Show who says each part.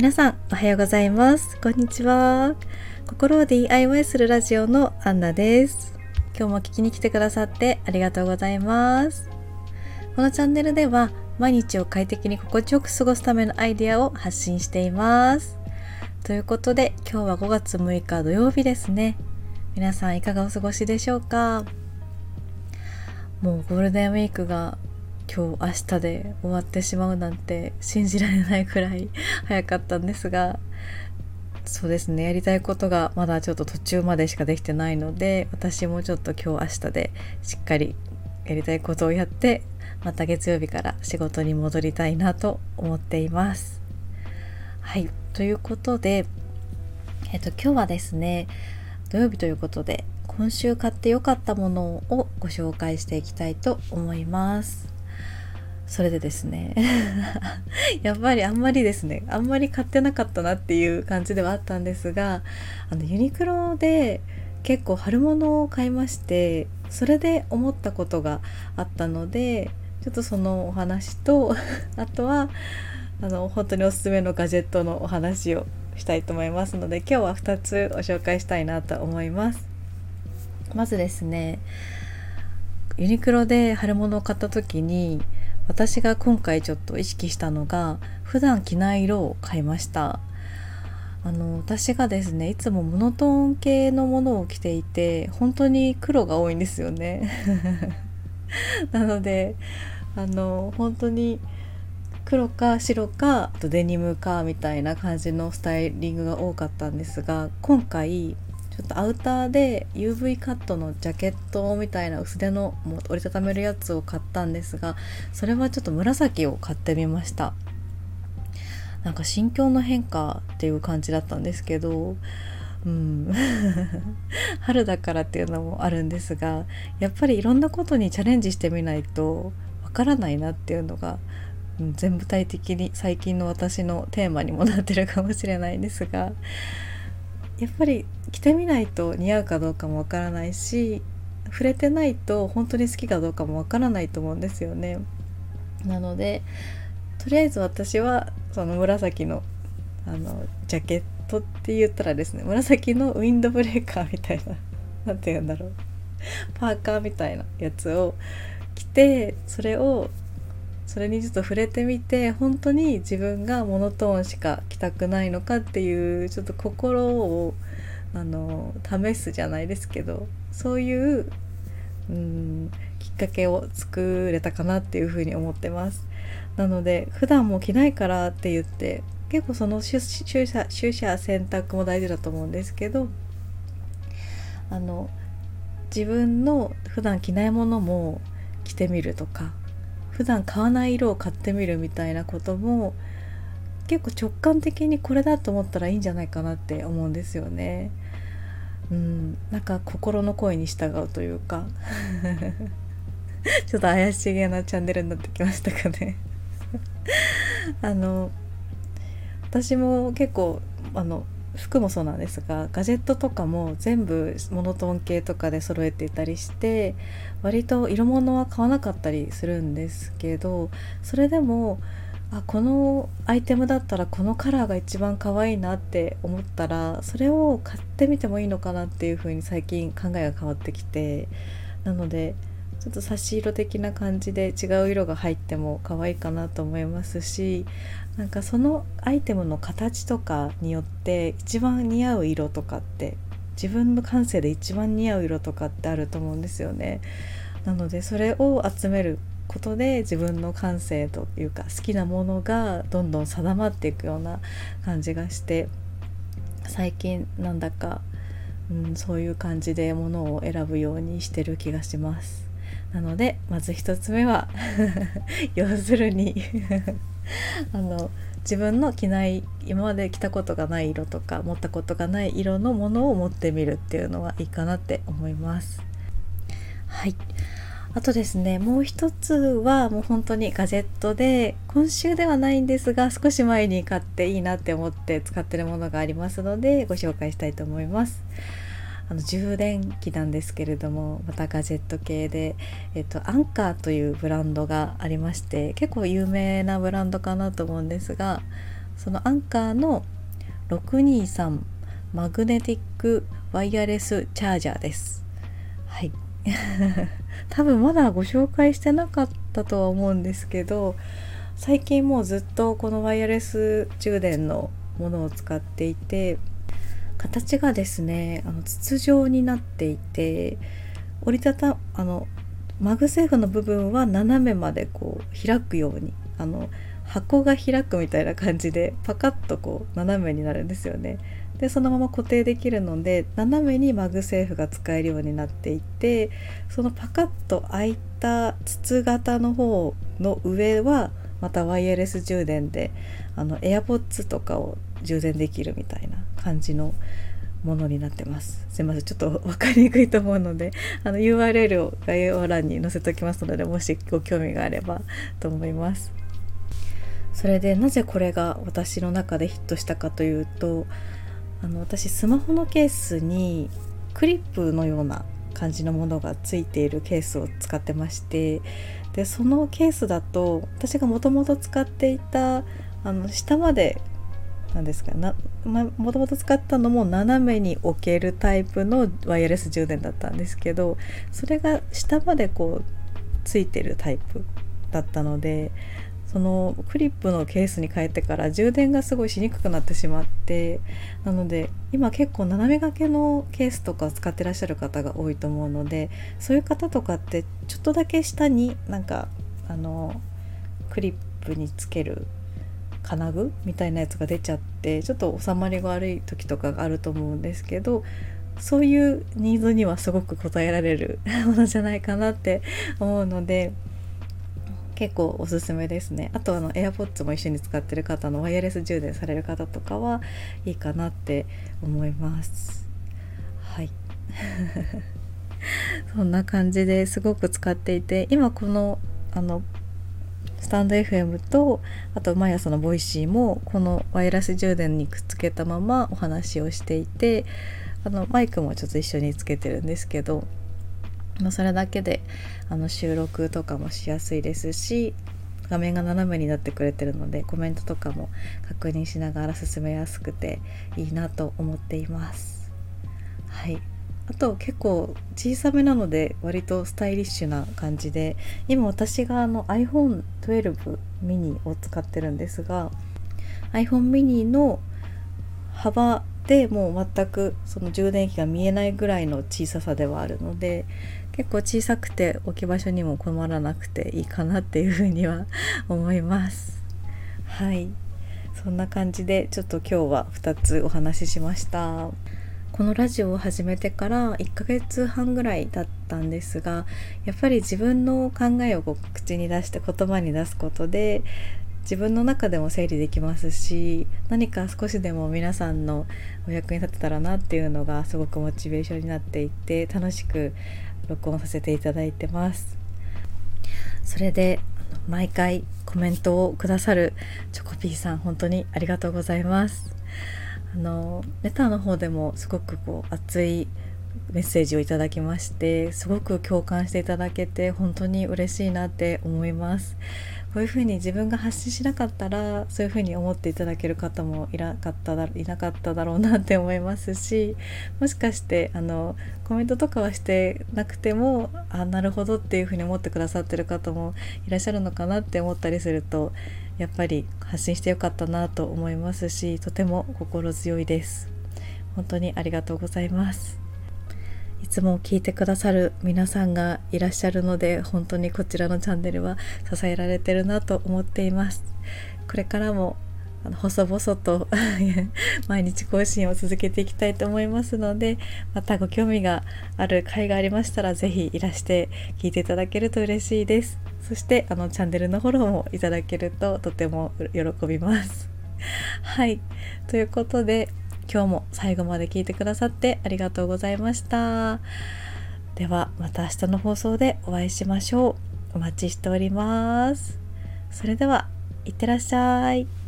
Speaker 1: 皆さんおはようございます。こんにちは。心を DIY するラジオのアンナです。今日も聞きに来てくださってありがとうございます。このチャンネルでは毎日を快適に心地よく過ごすためのアイデアを発信しています。ということで今日は5月6日土曜日ですね。皆さんいかがお過ごしでしょうか。もうゴールデンウィークが今日明日で終わってしまうなんて信じられないくらい早かったんですが、そうですね、やりたいことがまだちょっと途中までしかできてないので、私もちょっと今日明日でしっかりやりたいことをやって、また月曜日から仕事に戻りたいなと思っています。はい、ということで、今日はですね、土曜日ということで今週買って良かったものをご紹介していきたいと思います。それでですねやっぱりあんまり買ってなかったなっていう感じではあったんですが、ユニクロで結構春物を買いまして、それで思ったことがあったので、ちょっとそのお話とあとは本当におすすめのガジェットのお話をしたいと思いますので、今日は2つご紹介したいなと思います。まずですね、ユニクロで春物を買った時に私が今回ちょっと意識したのが、普段着ない色を買いました。私がですね、いつもモノトーン系のものを着ていて、本当に黒が多いんですよねなので本当に黒か白かあとデニムかみたいな感じのスタイリングが多かったんですが、今回ちょっとアウターで UV カットのジャケットみたいな薄手のもう折りたためるやつを買ったんですが、それはちょっと紫を買ってみました。なんか心境の変化っていう感じだったんですけど、春だからっていうのもあるんですが、やっぱりいろんなことにチャレンジしてみないとわからないなっていうのが、全部体的に最近の私のテーマにもなってるかもしれないんですが、やっぱり着てみないと似合うかどうかもわからないし、触れてないと本当に好きかどうかもわからないと思うんですよね。なのでとりあえず私はその紫のジャケットって言ったらですね、紫のウィンドブレーカーみたいななんて言うんだろう、パーカーみたいなやつを着て、それにちょっと触れてみて、本当に自分がモノトーンしか着たくないのかっていう、ちょっと心を試すじゃないですけど、そういうきっかけを作れたかなっていうふうに思ってます。なので普段も着ないからって言って結構その取捨選択も大事だと思うんですけど、自分の普段着ないものも着てみるとか、普段買わない色を買ってみるみたいなことも結構直感的にこれだと思ったらいいんじゃないかなって思うんですよね。なんか心の声に従うというかちょっと怪しげなチャンネルになってきましたかね私も結構服もそうなんですが、ガジェットとかも全部モノトーン系とかで揃えていたりして、割と色物は買わなかったりするんですけど、それでもこのアイテムだったらこのカラーが一番可愛いなって思ったら、それを買ってみてもいいのかなっていう風に最近考えが変わってきて、なのでちょっと差し色的な感じで違う色が入っても可愛いかなと思いますし、なんかそのアイテムの形とかによって一番似合う色とかって、自分の感性で一番似合う色とかってあると思うんですよね。なのでそれを集めることで自分の感性というか好きなものがどんどん定まっていくような感じがして、最近なんだか、そういう感じでものを選ぶようにしてる気がします。なのでまず一つ目は要するに自分の着ない、今まで着たことがない色とか持ったことがない色のものを持ってみるっていうのはいいかなって思います。はい、あとですね、もう一つはもう本当にガジェットで、今週ではないんですが少し前に買っていいなって思って使ってるものがありますのでご紹介したいと思います。充電器なんですけれども、またガジェット系で、アンカーというブランドがありまして、結構有名なブランドかなと思うんですが、 そのアンカーの623マグネティックワイヤレスチャージャーです。はい多分まだご紹介してなかったとは思うんですけど、最近もうずっとこのワイヤレス充電のものを使っていて、形がですね筒状になっていて、折りたたマグセーフの部分は斜めまでこう開くように、箱が開くみたいな感じでパカッとこう斜めになるんですよね。でそのまま固定できるので斜めにマグセーフが使えるようになっていて、そのパカッと開いた筒型の方の上はまたワイヤレス充電でAirPods とかを充電できるみたいな感じのものになってます。すいません、ちょっと分かりにくいと思うのでURL を概要欄に載せておきますので、もしご興味があればと思います。それでなぜこれが私の中でヒットしたかというと、私スマホのケースにクリップのような感じのものがついているケースを使ってまして、でそのケースだと私がもともと使っていた下までなんですかもともと使ったのも斜めに置けるタイプのワイヤレス充電だったんですけど、それが下までこうついてるタイプだったので、そのクリップのケースに変えてから充電がすごいしにくくなってしまって、なので今結構斜め掛けのケースとか使ってらっしゃる方が多いと思うので、そういう方とかってちょっとだけ下になんかクリップにつける金具みたいなやつが出ちゃって、ちょっと収まりが悪い時とかがあると思うんですけど、そういうニーズにはすごく応えられるものじゃないかなって思うので、結構おすすめですね。あとAirPods も一緒に使ってる方のワイヤレス充電される方とかはいいかなって思います。はいそんな感じですごく使っていて、今このスタンド FM とあと毎朝のボイシーもこのワイヤレス充電にくっつけたままお話をしていて、マイクもちょっと一緒につけてるんですけど、それだけで収録とかもしやすいですし、画面が斜めになってくれてるのでコメントとかも確認しながら進めやすくていいなと思っています。はい。あと結構小さめなので割とスタイリッシュな感じで、今私がiPhone 12 mini を使ってるんですが、 iPhone mini の幅でもう全くその充電器が見えないぐらいの小ささではあるので、結構小さくて置き場所にも困らなくていいかなっていうふうには思います。はい、そんな感じでちょっと今日は2つお話ししました。このラジオを始めてから1ヶ月半ぐらい経ったんですが、やっぱり自分の考えを口に出して言葉に出すことで自分の中でも整理できますし、何か少しでも皆さんのお役に立てたらなっていうのがすごくモチベーションになっていて、楽しく録音させていただいてます。それで毎回コメントをくださるチョコピーさん、本当にありがとうございます。レターの方でもすごく熱いメッセージをいただきまして、すごく共感していただけて本当に嬉しいなって思います。こういうふうに自分が発信しなかったらそういうふうに思っていただける方もいなかっただろうなって思いますし、もしかしてコメントとかはしてなくてもなるほどっていうふうに思ってくださってる方もいらっしゃるのかなって思ったりすると、やっぱり発信してよかったなと思いますし、とても心強いです。本当にありがとうございます。いつも聞いてくださる皆さんがいらっしゃるので、本当にこちらのチャンネルは支えられてるなと思っています。これからも細々と毎日更新を続けていきたいと思いますので、またご興味がある回がありましたらぜひいらして聞いていただけると嬉しいです。そしてチャンネルのフォローもいただけるととても喜びます。はい、ということで今日も最後まで聞いてくださってありがとうございました。ではまた明日の放送でお会いしましょう。お待ちしております。それではいってらっしゃい。